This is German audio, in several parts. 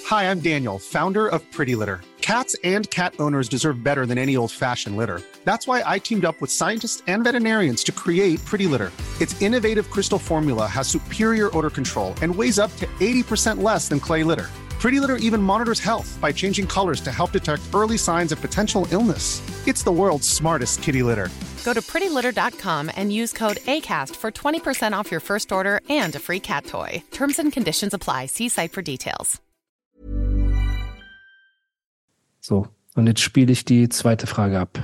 Hi, I'm Daniel, founder of Pretty Litter. Cats and cat owners deserve better than any old-fashioned litter. That's why I teamed up with scientists and veterinarians to create Pretty Litter. Its innovative crystal formula has superior odor control and weighs up to 80% less than clay litter. Pretty Litter even monitors health by changing colors to help detect early signs of potential illness. It's the world's smartest kitty litter. Go to prettylitter.com and use code ACAST for 20% off your first order and a free cat toy. Terms and conditions apply. See site for details. So, und jetzt spiele ich die zweite Frage ab.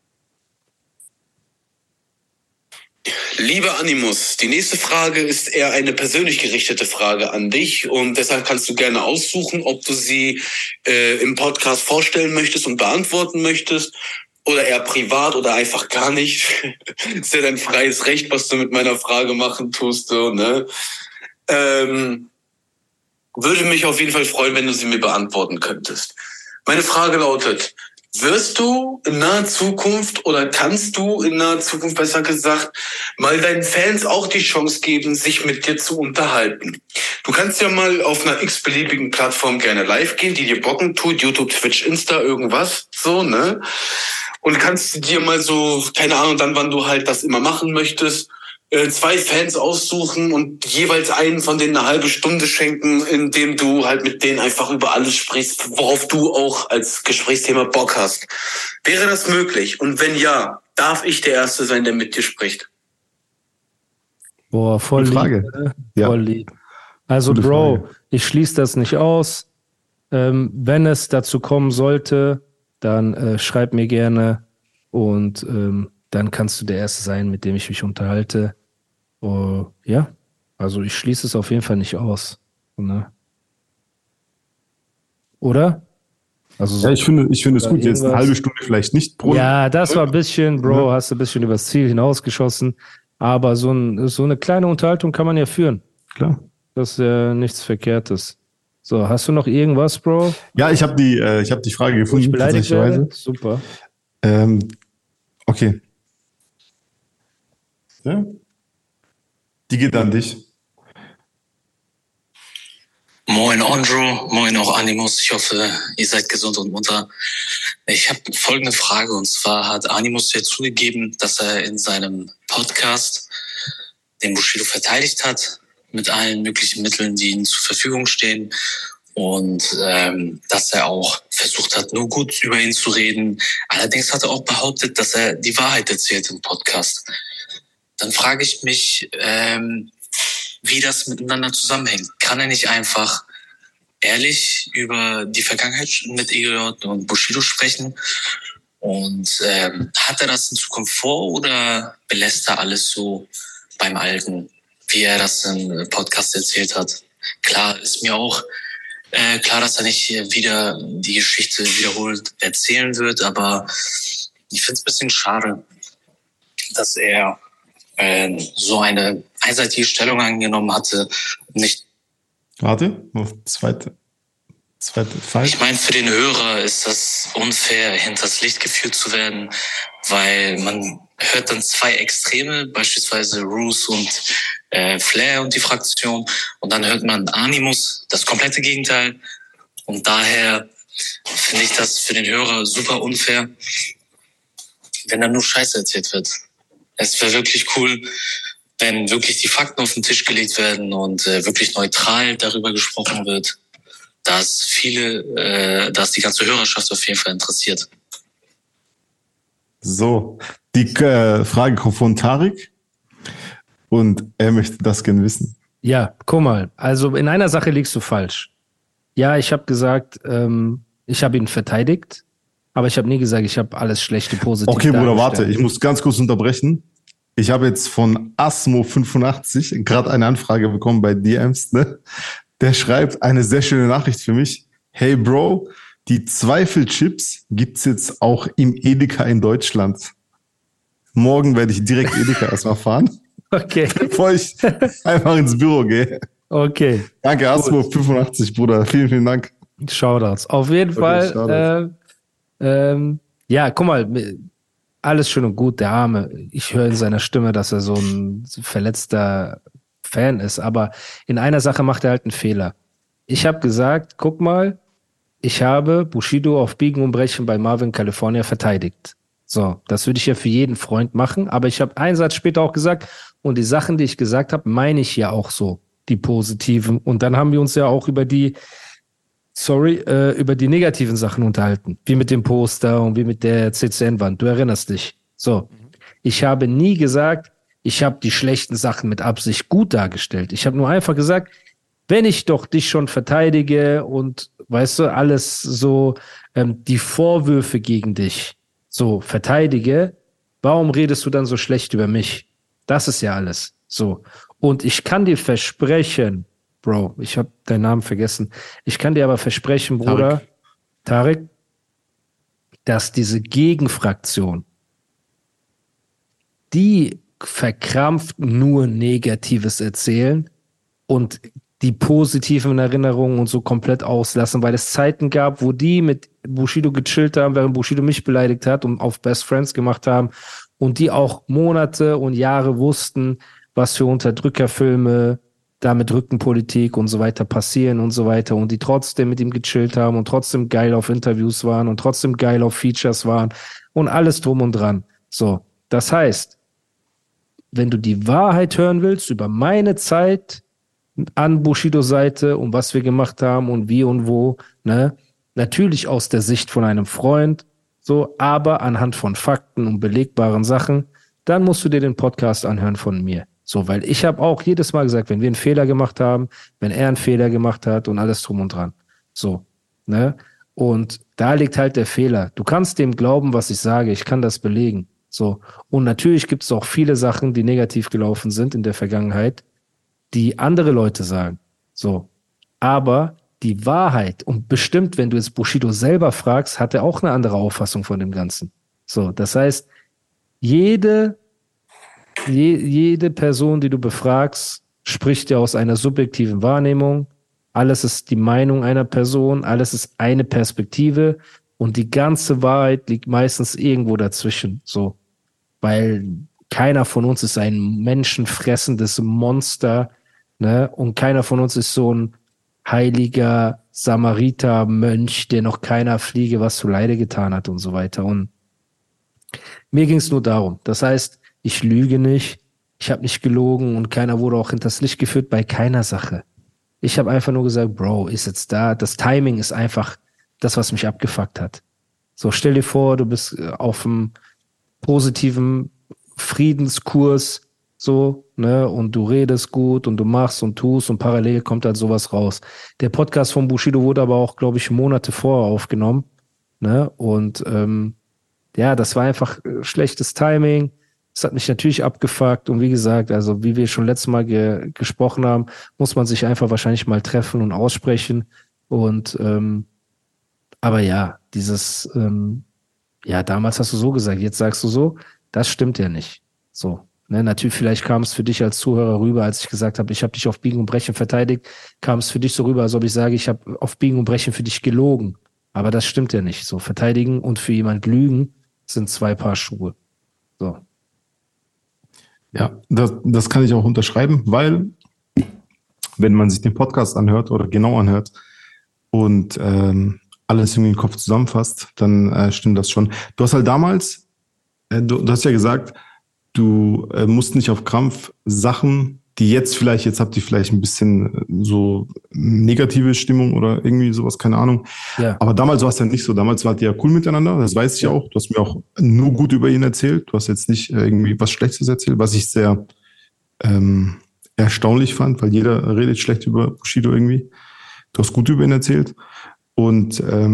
Lieber Animus, die nächste Frage ist eher eine persönlich gerichtete Frage an dich und deshalb kannst du gerne aussuchen, ob du sie im Podcast vorstellen möchtest und beantworten möchtest oder eher privat oder einfach gar nicht. Ist ja dein freies Recht, was du mit meiner Frage machen tust, so, ne? Würde mich auf jeden Fall freuen, wenn du sie mir beantworten könntest. Meine Frage lautet: Wirst du in naher Zukunft oder kannst du in naher Zukunft, besser gesagt, mal deinen Fans auch die Chance geben, sich mit dir zu unterhalten? Du kannst ja mal auf einer x-beliebigen Plattform gerne live gehen, die dir Bocken tut, YouTube, Twitch, Insta, irgendwas, so, ne? Und kannst dir mal so, keine Ahnung, dann, wann du halt das immer machen möchtest, 2 Fans aussuchen und jeweils einen von denen eine halbe Stunde schenken, indem du halt mit denen einfach über alles sprichst, worauf du auch als Gesprächsthema Bock hast. Wäre das möglich? Und wenn ja, darf ich der Erste sein, der mit dir spricht? Boah, voll lieb. Frage. Ja. Voll lieb. Also, Gute Bro, Frage. ich schließe das nicht aus. Wenn es dazu kommen sollte, dann schreib mir gerne und dann kannst du der Erste sein, mit dem ich mich unterhalte. Ja, also ich schließe es auf jeden Fall nicht aus. Ne? Oder? Also Ja, ich finde es gut, jetzt eine irgendwas. halbe Stunde vielleicht nicht pro. Ja, das war ein bisschen, Bro, hast du ein bisschen übers Ziel hinausgeschossen. Aber so eine kleine Unterhaltung kann man ja führen. Klar. Das ist ja nichts Verkehrtes. So, hast du noch irgendwas, Bro? Ja, ich habe die Frage Wo ich gefunden, beleidigt tatsächlicherweise. werde? Super. Okay. Ja? Die geht an dich. Moin Andrew, moin auch Animus. Ich hoffe, ihr seid gesund und munter. Ich habe folgende Frage, und zwar hat Animus ja zugegeben, dass er in seinem Podcast den Bushido verteidigt hat mit allen möglichen Mitteln, die ihm zur Verfügung stehen, und dass er auch versucht hat, nur gut über ihn zu reden. Allerdings hat er auch behauptet, dass er die Wahrheit erzählt im Podcast. Dann frage ich mich, wie das miteinander zusammenhängt. Kann er nicht einfach ehrlich über die Vergangenheit mit EJ und Bushido sprechen? Und hat er das in Zukunft vor oder belässt er alles so beim Alten, wie er das im Podcast erzählt hat? Klar, ist mir auch klar, dass er nicht wieder die Geschichte wiederholt erzählen wird, aber ich finde es ein bisschen schade, dass er so eine einseitige Stellung angenommen hatte und nicht. Warte, noch zweite Fall. Ich meine, für den Hörer ist das unfair, hinters Licht geführt zu werden, weil man hört dann 2 Extreme, beispielsweise Roos und Flair und die Fraktion, und dann hört man Animus, das komplette Gegenteil, und daher finde ich das für den Hörer super unfair, wenn da nur Scheiße erzählt wird. Es wäre wirklich cool, wenn wirklich die Fakten auf den Tisch gelegt werden und wirklich neutral darüber gesprochen wird, dass die ganze Hörerschaft auf jeden Fall interessiert. So, die Frage kommt von Tarek und er möchte das gerne wissen. Ja, guck mal, also in einer Sache liegst du falsch. Ja, ich habe gesagt, ich habe ihn verteidigt, aber ich habe nie gesagt, ich habe alles Schlechte positiv Okay, Bruder, dargestellt. warte, ich muss ganz kurz unterbrechen. Ich habe jetzt von Asmo85 gerade eine Anfrage bekommen bei DMs, ne? Der schreibt eine sehr schöne Nachricht für mich. Hey Bro, die Zweifelchips gibt's jetzt auch im Edeka in Deutschland. Morgen werde ich direkt Edeka erstmal fahren, Okay, bevor ich einfach ins Büro gehe. okay. Danke, Asmo85, Bruder. Vielen, vielen Dank. Shoutouts. Auf jeden Okay, Fall, Shoutouts. ja, guck mal, alles schön und gut, der Arme. Ich höre in seiner Stimme, dass er so ein verletzter Fan ist, aber in einer Sache macht er halt einen Fehler. Ich habe gesagt, guck mal, ich habe Bushido auf Biegen und Brechen bei Marvin California verteidigt. So, das würde ich ja für jeden Freund machen, aber ich habe einen Satz später auch gesagt, und die Sachen, die ich gesagt habe, meine ich ja auch so, die positiven. Und dann haben wir uns ja auch über die negativen Sachen unterhalten, wie mit dem Poster und wie mit der CCN-Wand. Du erinnerst dich. So, ich habe nie gesagt, ich habe die schlechten Sachen mit Absicht gut dargestellt. Ich habe nur einfach gesagt, wenn ich doch dich schon verteidige und, weißt du, alles so, die Vorwürfe gegen dich so verteidige, warum redest du dann so schlecht über mich? Das ist ja alles so. Und ich kann dir versprechen, Bro, ich habe deinen Namen vergessen, ich kann dir aber versprechen, Bruder, Tarek, dass diese Gegenfraktion, die verkrampft nur Negatives erzählen und die positiven Erinnerungen und so komplett auslassen, weil es Zeiten gab, wo die mit Bushido gechillt haben, während Bushido mich beleidigt hat und auf Best Friends gemacht haben und die auch Monate und Jahre wussten, was für Unterdrückerfilme da mit Rückenpolitik und so weiter passieren und so weiter und die trotzdem mit ihm gechillt haben und trotzdem geil auf Interviews waren und trotzdem geil auf Features waren und alles drum und dran. So, das heißt, wenn du die Wahrheit hören willst über meine Zeit an Bushidos Seite und was wir gemacht haben und wie und wo, ne? Natürlich aus der Sicht von einem Freund, so, aber anhand von Fakten und belegbaren Sachen, dann musst du dir den Podcast anhören von mir. So, weil ich habe auch jedes Mal gesagt, wenn wir einen Fehler gemacht haben, wenn er einen Fehler gemacht hat und alles drum und dran. So, ne? Und da liegt halt der Fehler. Du kannst dem glauben, was ich sage, ich kann das belegen. So. Und natürlich gibt es auch viele Sachen, die negativ gelaufen sind in der Vergangenheit, die andere Leute sagen. So. Aber die Wahrheit, und bestimmt, wenn du jetzt Bushido selber fragst, hat er auch eine andere Auffassung von dem Ganzen. So. Das heißt, jede Person, die du befragst, spricht ja aus einer subjektiven Wahrnehmung. Alles ist die Meinung einer Person, alles ist eine Perspektive und die ganze Wahrheit liegt meistens irgendwo dazwischen. So. Weil keiner von uns ist ein menschenfressendes Monster, ne? Und keiner von uns ist so ein heiliger Samariter-Mönch, der noch keiner Fliege was zuleide getan hat und so weiter. Und mir ging es nur darum. Das heißt, ich lüge nicht, ich habe nicht gelogen und keiner wurde auch hinters Licht geführt bei keiner Sache. Ich habe einfach nur gesagt, Bro, ist jetzt da. Das Timing ist einfach das, was mich abgefuckt hat. So, stell dir vor, du bist auf einem positiven Friedenskurs, so, ne, und du redest gut und du machst und tust und parallel kommt halt sowas raus. Der Podcast von Bushido wurde aber auch, glaube ich, Monate vorher aufgenommen, ne, und ja, das war einfach schlechtes Timing. Es hat mich natürlich abgefuckt und wie gesagt, also wie wir schon letztes Mal gesprochen haben, muss man sich einfach wahrscheinlich mal treffen und aussprechen und aber ja, dieses ja, damals hast du so gesagt, jetzt sagst du so, das stimmt ja nicht. So, ne, natürlich, vielleicht kam es für dich als Zuhörer rüber, als ich gesagt habe, ich habe dich auf Biegen und Brechen verteidigt, kam es für dich so rüber, als ob ich sage, ich habe auf Biegen und Brechen für dich gelogen. Aber das stimmt ja nicht. So, verteidigen und für jemand lügen sind zwei Paar Schuhe. So. Ja, das kann ich auch unterschreiben, weil wenn man sich den Podcast anhört oder genau anhört und alles irgendwie im Kopf zusammenfasst, dann stimmt das schon. Du hast halt damals, du hast ja gesagt, du musst nicht auf Krampf Sachen, die jetzt habt ihr vielleicht ein bisschen so negative Stimmung oder irgendwie sowas, keine Ahnung. Ja. Aber damals war es ja nicht so. Damals wart ihr ja cool miteinander, das weiß ich auch. Du hast mir auch nur gut über ihn erzählt. Du hast jetzt nicht irgendwie was Schlechtes erzählt, was ich sehr erstaunlich fand, weil jeder redet schlecht über Bushido irgendwie. Du hast gut über ihn erzählt. Und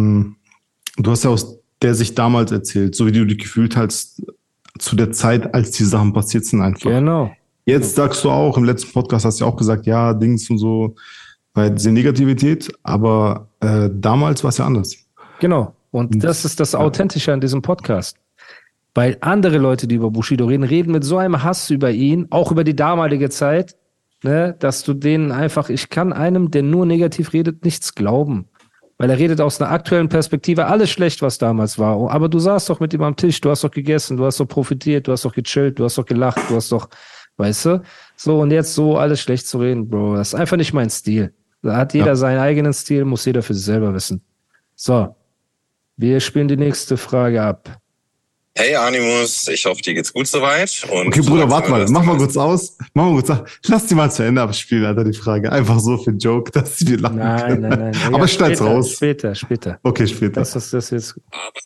du hast ja aus der Sicht damals erzählt, so wie du dich gefühlt hast zu der Zeit, als die Sachen passiert sind einfach. Genau. Jetzt sagst du auch, im letzten Podcast hast du ja auch gesagt, ja, Dings und so, weil diese Negativität, aber damals war es ja anders. Genau. Und das ist das Authentische an diesem Podcast. Weil andere Leute, die über Bushido reden, reden mit so einem Hass über ihn, auch über die damalige Zeit, ne, dass du denen einfach, ich kann einem, der nur negativ redet, nichts glauben. Weil er redet aus einer aktuellen Perspektive, alles schlecht, was damals war. Aber du saßt doch mit ihm am Tisch, du hast doch gegessen, du hast doch profitiert, du hast doch gechillt, du hast doch gelacht, du hast doch, weißt du? So, und jetzt so alles schlecht zu reden, Bro, das ist einfach nicht mein Stil. Da hat jeder seinen eigenen Stil, muss jeder für sich selber wissen. So, wir spielen die nächste Frage ab. Hey Animus, ich hoffe, dir geht's gut soweit. Und okay, Bruder, warte mal, mach mal kurz aus. Lass die mal zu Ende abspielen, Alter, die Frage. Einfach so für einen Joke, dass wir lachen können. Nein. Aber ja, schneid's raus. Später. Okay, später. Das jetzt.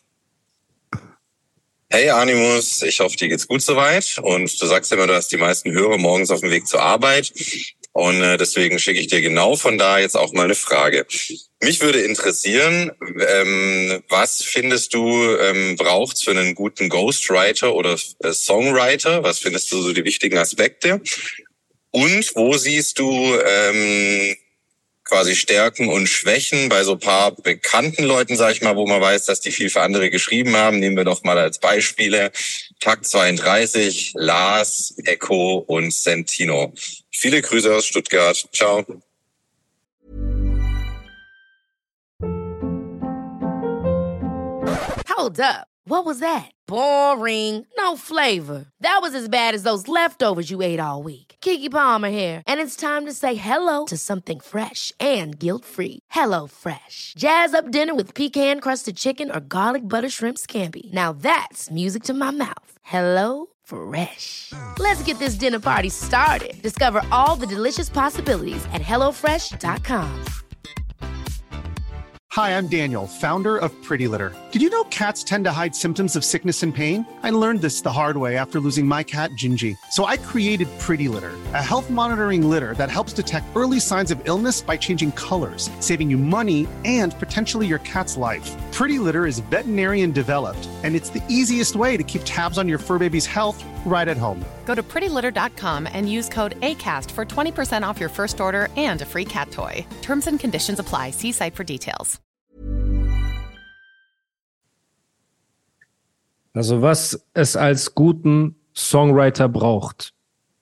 Hey Animus, ich hoffe, dir geht's gut soweit. Und du sagst immer, du hast die meisten Hörer morgens auf dem Weg zur Arbeit. Und deswegen schicke ich dir genau von da jetzt auch mal eine Frage. Mich würde interessieren, was findest du braucht's für einen guten Ghostwriter oder Songwriter? Was findest du so die wichtigen Aspekte? Und wo siehst du quasi Stärken und Schwächen bei so ein paar bekannten Leuten, sag ich mal, wo man weiß, dass die viel für andere geschrieben haben? Nehmen wir doch mal als Beispiele Takt 32, Lars, Echo und Sentino. Viele Grüße aus Stuttgart. Ciao. Hold up. What was that? Boring. No flavor. That was as bad as those leftovers you ate all week. Keke Palmer here. And it's time to say hello to something fresh and guilt-free. Hello Fresh. Jazz up dinner with pecan-crusted chicken or garlic butter shrimp scampi. Now that's music to my mouth. Hello Fresh. Let's get this dinner party started. Discover all the delicious possibilities at hellofresh.com. Hi, I'm Daniel, founder of Pretty Litter. Did you know cats tend to hide symptoms of sickness and pain? I learned this the hard way after losing my cat, Gingy. So I created Pretty Litter, a health monitoring litter that helps detect early signs of illness by changing colors, saving you money and potentially your cat's life. Pretty Litter is veterinarian developed, and it's the easiest way to keep tabs on your fur baby's health right at home. Go to prettylitter.com and use code ACAST for 20% off your first order and a free cat toy. Terms and conditions apply. See site for details. Also was es als guten Songwriter braucht.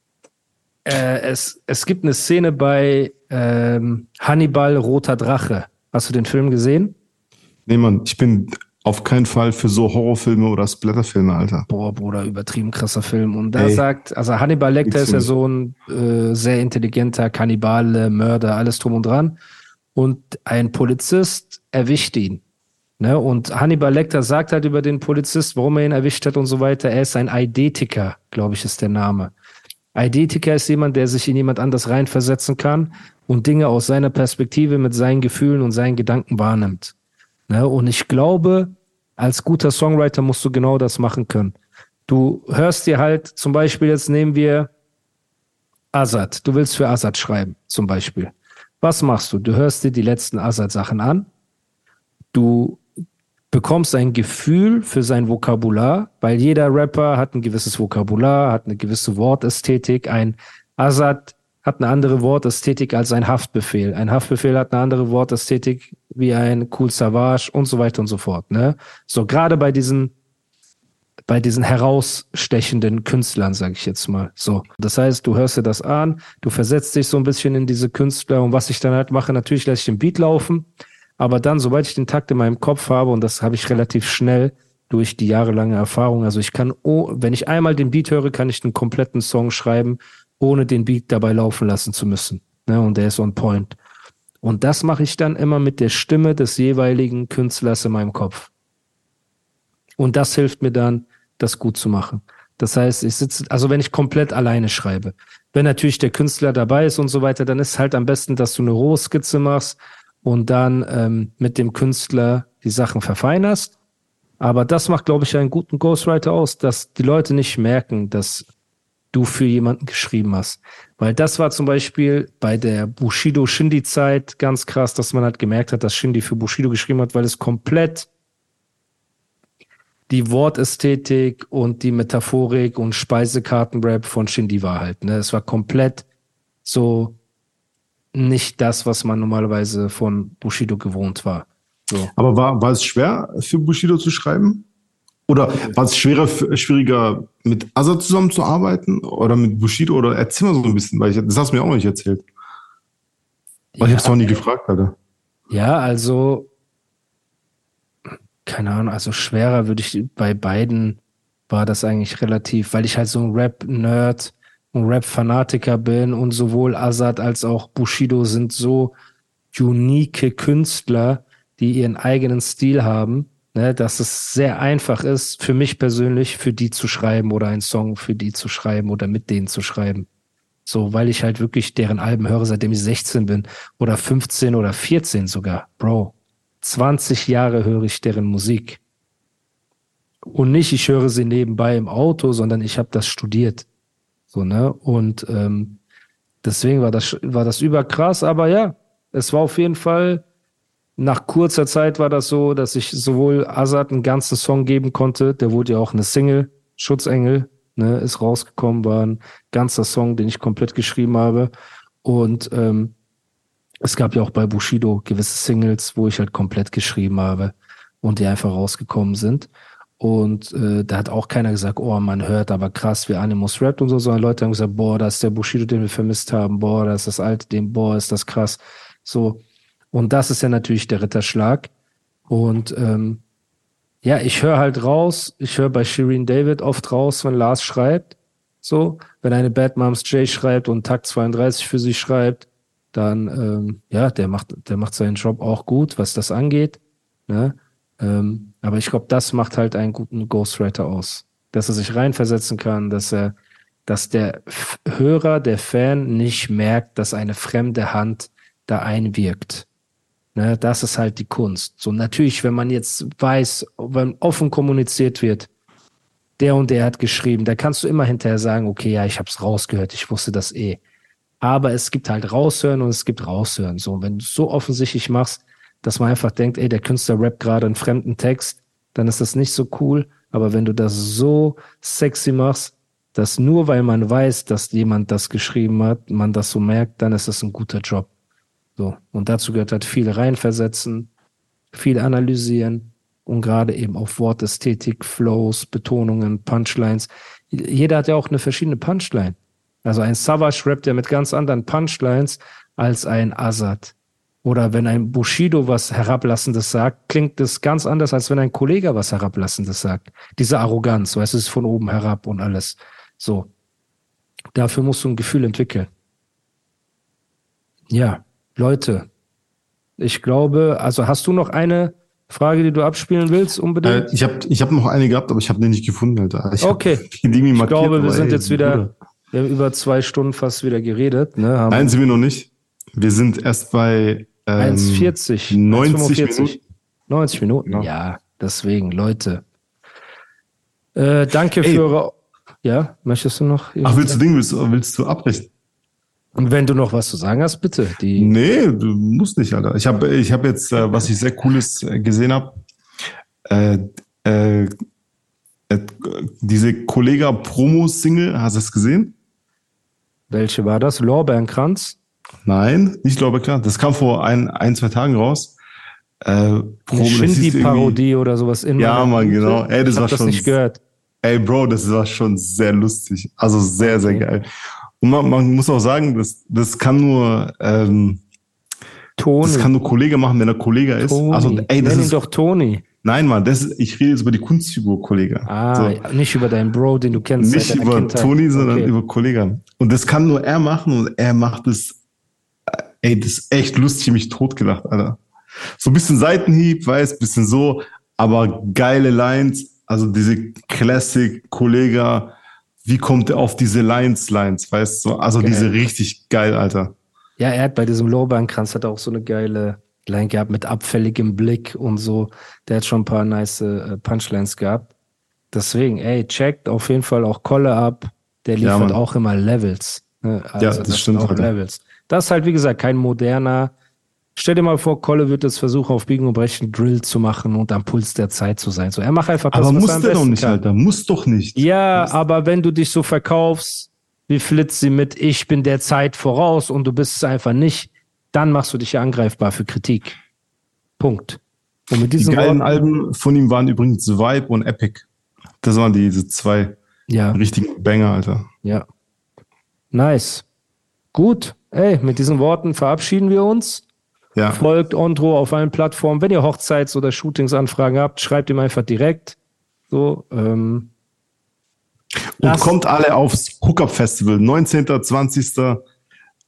Es gibt eine Szene bei Hannibal, Roter Drache. Hast du den Film gesehen? Nee, Mann, ich bin auf keinen Fall für so Horrorfilme oder Splatterfilme, Alter. Boah, Bruder, übertrieben krasser Film. Und da sagt, also Hannibal Lecter ist ja so ein sehr intelligenter Kannibale, Mörder, alles drum und dran. Und ein Polizist erwischt ihn. Ne? Und Hannibal Lecter sagt halt über den Polizist, warum er ihn erwischt hat und so weiter. Er ist ein Eidetiker, glaube ich, ist der Name. Eidetiker ist jemand, der sich in jemand anders reinversetzen kann und Dinge aus seiner Perspektive mit seinen Gefühlen und seinen Gedanken wahrnimmt. Ne? Und ich glaube, als guter Songwriter musst du genau das machen können. Du hörst dir halt, zum Beispiel, jetzt nehmen wir Azad. Du willst für Azad schreiben, zum Beispiel. Was machst du? Du hörst dir die letzten Azad-Sachen an. Du bekommst ein Gefühl für sein Vokabular, weil jeder Rapper hat ein gewisses Vokabular, hat eine gewisse Wortästhetik. Ein Azad hat eine andere Wortästhetik als ein Haftbefehl. Ein Haftbefehl hat eine andere Wortästhetik wie ein Kool Savas und so weiter und so fort. Ne? So gerade bei diesen herausstechenden Künstlern, sage ich jetzt mal. So, das heißt, du hörst dir das an, du versetzt dich so ein bisschen in diese Künstler und was ich dann halt mache, natürlich lasse ich den Beat laufen. Aber dann, sobald ich den Takt in meinem Kopf habe, und das habe ich relativ schnell durch die jahrelange Erfahrung, also ich kann, wenn ich einmal den Beat höre, kann ich einen kompletten Song schreiben, ohne den Beat dabei laufen lassen zu müssen. Ne? Und der ist on point. Und das mache ich dann immer mit der Stimme des jeweiligen Künstlers in meinem Kopf. Und das hilft mir dann, das gut zu machen. Das heißt, also wenn ich komplett alleine schreibe, wenn natürlich der Künstler dabei ist und so weiter, dann ist halt am besten, dass du eine rohe Skizze machst, und dann mit dem Künstler die Sachen verfeinerst. Aber das macht, glaube ich, einen guten Ghostwriter aus, dass die Leute nicht merken, dass du für jemanden geschrieben hast. Weil das war zum Beispiel bei der Bushido-Shindy-Zeit ganz krass, dass man halt gemerkt hat, dass Shindy für Bushido geschrieben hat, weil es komplett die Wortästhetik und die Metaphorik und Speisekartenrap von Shindy war halt. Ne? Es war komplett so nicht das, was man normalerweise von Bushido gewohnt war. So. Aber war es schwer für Bushido zu schreiben? Oder war es schwieriger mit Azad zusammenzuarbeiten oder mit Bushido? Oder erzähl mal so ein bisschen, weil das hast du mir auch noch nicht erzählt. Weil ich hab's auch nie gefragt, Alter. Ja, also keine Ahnung, also schwerer würde ich, bei beiden war das eigentlich relativ, weil ich halt so ein Rap-Nerd und Rap-Fanatiker bin und sowohl Azad als auch Bushido sind so unique Künstler, die ihren eigenen Stil haben, ne, dass es sehr einfach ist, für mich persönlich, für die zu schreiben oder einen Song für die zu schreiben oder mit denen zu schreiben. So, weil ich halt wirklich deren Alben höre, seitdem ich 16 bin oder 15 oder 14 sogar. Bro, 20 Jahre höre ich deren Musik. Und nicht, ich höre sie nebenbei im Auto, sondern ich habe das studiert. So, ne? Und deswegen war das überkrass, aber ja, es war auf jeden Fall, nach kurzer Zeit war das so, dass ich sowohl Azad einen ganzen Song geben konnte, der wurde ja auch eine Single, Schutzengel, ne, ist rausgekommen, war ein ganzer Song, den ich komplett geschrieben habe. Und es gab ja auch bei Bushido gewisse Singles, wo ich halt komplett geschrieben habe und die einfach rausgekommen sind. Und da hat auch keiner gesagt, oh, man hört aber krass, wie Animus rappt und so, sondern Leute haben gesagt, boah, das ist der Bushido, den wir vermisst haben, boah, das ist das alte, boah, ist das krass. So. Und das ist ja natürlich der Ritterschlag. Und ja, ich höre halt raus, ich höre bei Shireen David oft raus, wenn Lars schreibt. So, wenn eine Bad Moms J schreibt und Takt 32 für sie schreibt, dann, ja, der macht seinen Job auch gut, was das angeht. Ne? Aber ich glaube, das macht halt einen guten Ghostwriter aus. Dass er sich reinversetzen kann, dass der Hörer, der Fan nicht merkt, dass eine fremde Hand da einwirkt. Ne, das ist halt die Kunst. So, natürlich, wenn man jetzt weiß, wenn offen kommuniziert wird, der und der hat geschrieben, da kannst du immer hinterher sagen, okay, ja, ich hab's rausgehört, ich wusste das eh. Aber es gibt halt Raushören und es gibt Raushören. So, wenn du es so offensichtlich machst, dass man einfach denkt, ey, der Künstler rappt gerade einen fremden Text, dann ist das nicht so cool. Aber wenn du das so sexy machst, dass nur weil man weiß, dass jemand das geschrieben hat, man das so merkt, dann ist das ein guter Job. So. Und dazu gehört halt viel reinversetzen, viel analysieren und gerade eben auf Wortästhetik, Flows, Betonungen, Punchlines. Jeder hat ja auch eine verschiedene Punchline. Also ein Savage rappt ja mit ganz anderen Punchlines als ein Azad. Oder wenn ein Bushido was Herablassendes sagt, klingt das ganz anders, als wenn ein Kollege was Herablassendes sagt. Diese Arroganz, weißt du, es ist von oben herab und alles. So. Dafür musst du ein Gefühl entwickeln. Ja, Leute, ich glaube, also hast du noch eine Frage, die du abspielen willst, unbedingt? Ich hab noch eine gehabt, aber ich habe den nicht gefunden, Alter. Okay. Ich glaube, wir sind jetzt wieder, wir haben über 2 Stunden fast wieder geredet. Ne? Nein, sind wir noch nicht. Wir sind erst bei 1,40. 90 Minuten. 90 Minuten, Genau. ja, deswegen, Leute. Danke für eure... Ja, möchtest du noch? Ach, willst du abbrechen? Und wenn du noch was zu sagen hast, bitte. Nee, du musst nicht, Alter. Ich hab jetzt, was ich sehr Cooles gesehen habe, diese Kollega-Promo-Single, hast du es gesehen? Welche war das? Lorbeerenkranz? Nein, nicht Lorbeerenkranz. Das kam vor 2 Tagen raus. Eine Shindy-Parodie oder sowas. Ja, Mann, genau. Ey, das ich war hab das schon, nicht gehört. Ey, Bro, das war schon sehr lustig. Also sehr, sehr geil. Und man muss auch sagen, das kann nur Toni. Das kann nur Kollege machen, wenn er Kollege ist. Toni. Also, ey, das Nenn ihn ist doch Toni. Nein, Mann, ich rede jetzt über die Kunstfigur Kollege. Nicht über deinen Bro, den du kennst. Nicht über Kindheit. Toni, sondern über Kollege. Und das kann nur er machen und er macht es. Ey, das ist echt lustig, ich hab mich totgelacht, Alter. So ein bisschen Seitenhieb, bisschen so, aber geile Lines. Also diese Classic Kollege, wie kommt er auf diese Lines, weißt du? Also geil. Diese richtig geil, Alter. Ja, er hat bei diesem Lorbeerenkranz auch so eine geile Line gehabt mit abfälligem Blick und so. Der hat schon ein paar nice Punchlines gehabt. Deswegen, ey, checkt auf jeden Fall auch Kolle ab. Der liefert auch immer Levels. Ne? Also ja, das stimmt auch Levels. Das ist halt, wie gesagt, kein moderner. Stell dir mal vor, Kolle wird jetzt versuchen, auf Biegen und Brechen Drill zu machen und am Puls der Zeit zu sein. So, er macht einfach das, aber was muss er am der doch besten nicht, kann. Alter. Muss doch nicht. Ja, aber wenn du dich so verkaufst, wie Flitzi mit ich bin der Zeit voraus und du bist es einfach nicht, dann machst du dich ja angreifbar für Kritik. Punkt. Und mit diesen die geilen Alben von ihm waren übrigens Vibe und Epic. Das waren diese 2 richtigen Banger, Alter. Ja. Nice. Gut. Ey, mit diesen Worten verabschieden wir uns. Ja. Folgt Ondro auf allen Plattformen. Wenn ihr Hochzeits- oder Shootingsanfragen habt, schreibt ihm einfach direkt. So, und kommt alle aufs Hookup Festival, 19., 20.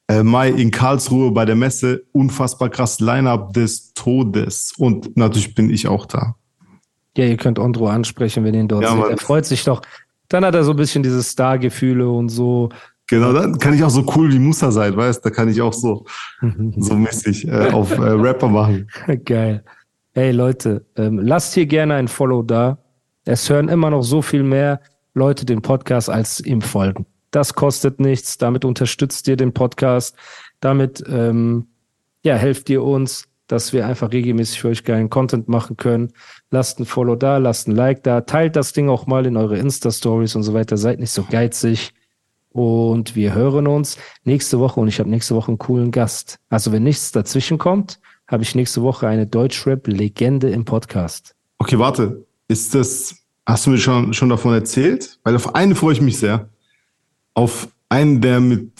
Mai in Karlsruhe bei der Messe, unfassbar krass, Line-Up des Todes. Und natürlich bin ich auch da. Ja, ihr könnt Ondro ansprechen, wenn ihr ihn dort seht. Er freut sich doch. Dann hat er so ein bisschen diese Star-Gefühle und so. Genau, dann kann ich auch so cool wie Musa sein, weißt du? Da kann ich auch so mäßig auf Rapper machen. Geil. Hey Leute, lasst hier gerne ein Follow da. Es hören immer noch so viel mehr Leute den Podcast, als ihm folgen. Das kostet nichts. Damit unterstützt ihr den Podcast. Damit helft ihr uns, dass wir einfach regelmäßig für euch geilen Content machen können. Lasst ein Follow da, lasst ein Like da. Teilt das Ding auch mal in eure Insta-Stories und so weiter. Seid nicht so geizig. Und wir hören uns nächste Woche. Und ich habe nächste Woche einen coolen Gast. Also wenn nichts dazwischen kommt, habe ich nächste Woche eine Deutschrap-Legende im Podcast. Okay, warte. Hast du mir schon davon erzählt? Weil auf einen freue ich mich sehr. Auf einen, der mit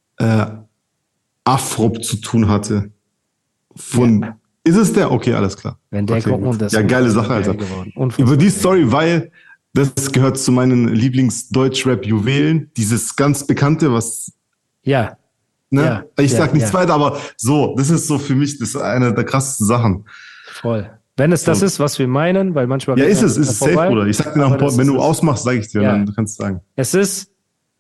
Afrop zu tun hatte. Ist es der? Okay, alles klar. Wenn der kommt und das. Ja, geile Sache, Alter. Über die Story, weil das gehört zu meinen Lieblings-Deutsch-Rap-Juwelen. Dieses ganz Bekannte, was. Ja. Ne? Ja, ich sag nichts weiter, aber so, das ist so für mich, das ist eine der krassesten Sachen. Voll. Wenn es das ist, was wir meinen, weil manchmal. Ja, ist es safe, Bruder. Ich sag dir nach dem wenn du ausmachst, sag ich dir, dann kannst du sagen. Es ist.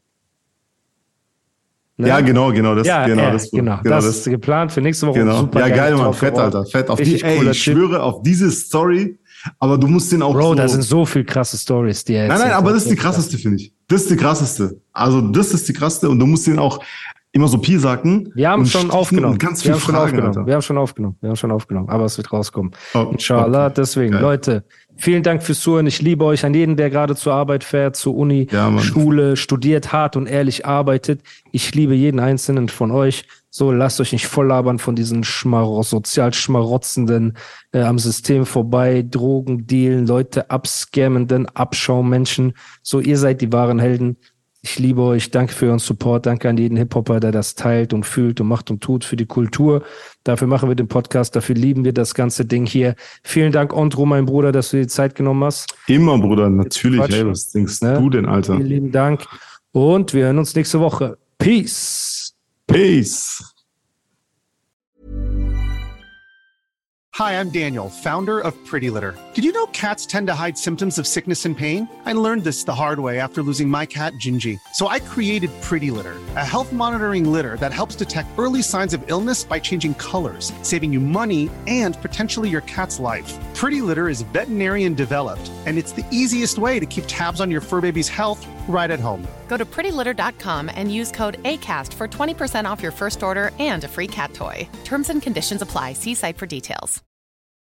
Ne? Ja, genau. Das ist geplant für nächste Woche. Genau. Super ja, geil, Mann. Fett, Alter. Fett. Ich schwöre auf diese Story, aber du musst den auch Bro, da sind so viel krasse Stories, die er Nein, aber das ist die krasseste, finde ich. Das ist die krasseste. Also, das ist die krasseste und du musst den auch immer so sagen. Wir haben schon aufgenommen. Wir haben schon aufgenommen. Aber es wird rauskommen. Inshallah. Okay. Deswegen, geil. Leute, vielen Dank fürs Zuhören. Ich liebe euch an jeden, der gerade zur Arbeit fährt, zur Uni, Schule, studiert, hart und ehrlich arbeitet. Ich liebe jeden einzelnen von euch. So, lasst euch nicht voll labern von diesen sozial Schmarotzenden am System vorbei, Drogen dealen, Leute abscammenden, Abschaumenschen. So, ihr seid die wahren Helden. Ich liebe euch. Danke für euren Support. Danke an jeden Hip-Hopper, der das teilt und fühlt und macht und tut für die Kultur. Dafür machen wir den Podcast. Dafür lieben wir das ganze Ding hier. Vielen Dank, Ondro, mein Bruder, dass du dir die Zeit genommen hast. Immer, Bruder. Natürlich. Hey, was denkst du denn, Alter? Vielen lieben Dank. Und wir hören uns nächste Woche. Peace. Peace. Hi, I'm Daniel, founder of Pretty Litter. Did you know cats tend to hide symptoms of sickness and pain? I learned this the hard way after losing my cat, Gingy. So I created Pretty Litter, a health monitoring litter that helps detect early signs of illness by changing colors, saving you money and potentially your cat's life. Pretty Litter is veterinarian developed, and it's the easiest way to keep tabs on your fur baby's health right at home. Go to prettylitter.com and use code ACAST for 20% off your first order and a free cat toy. Terms and conditions apply. See site for details.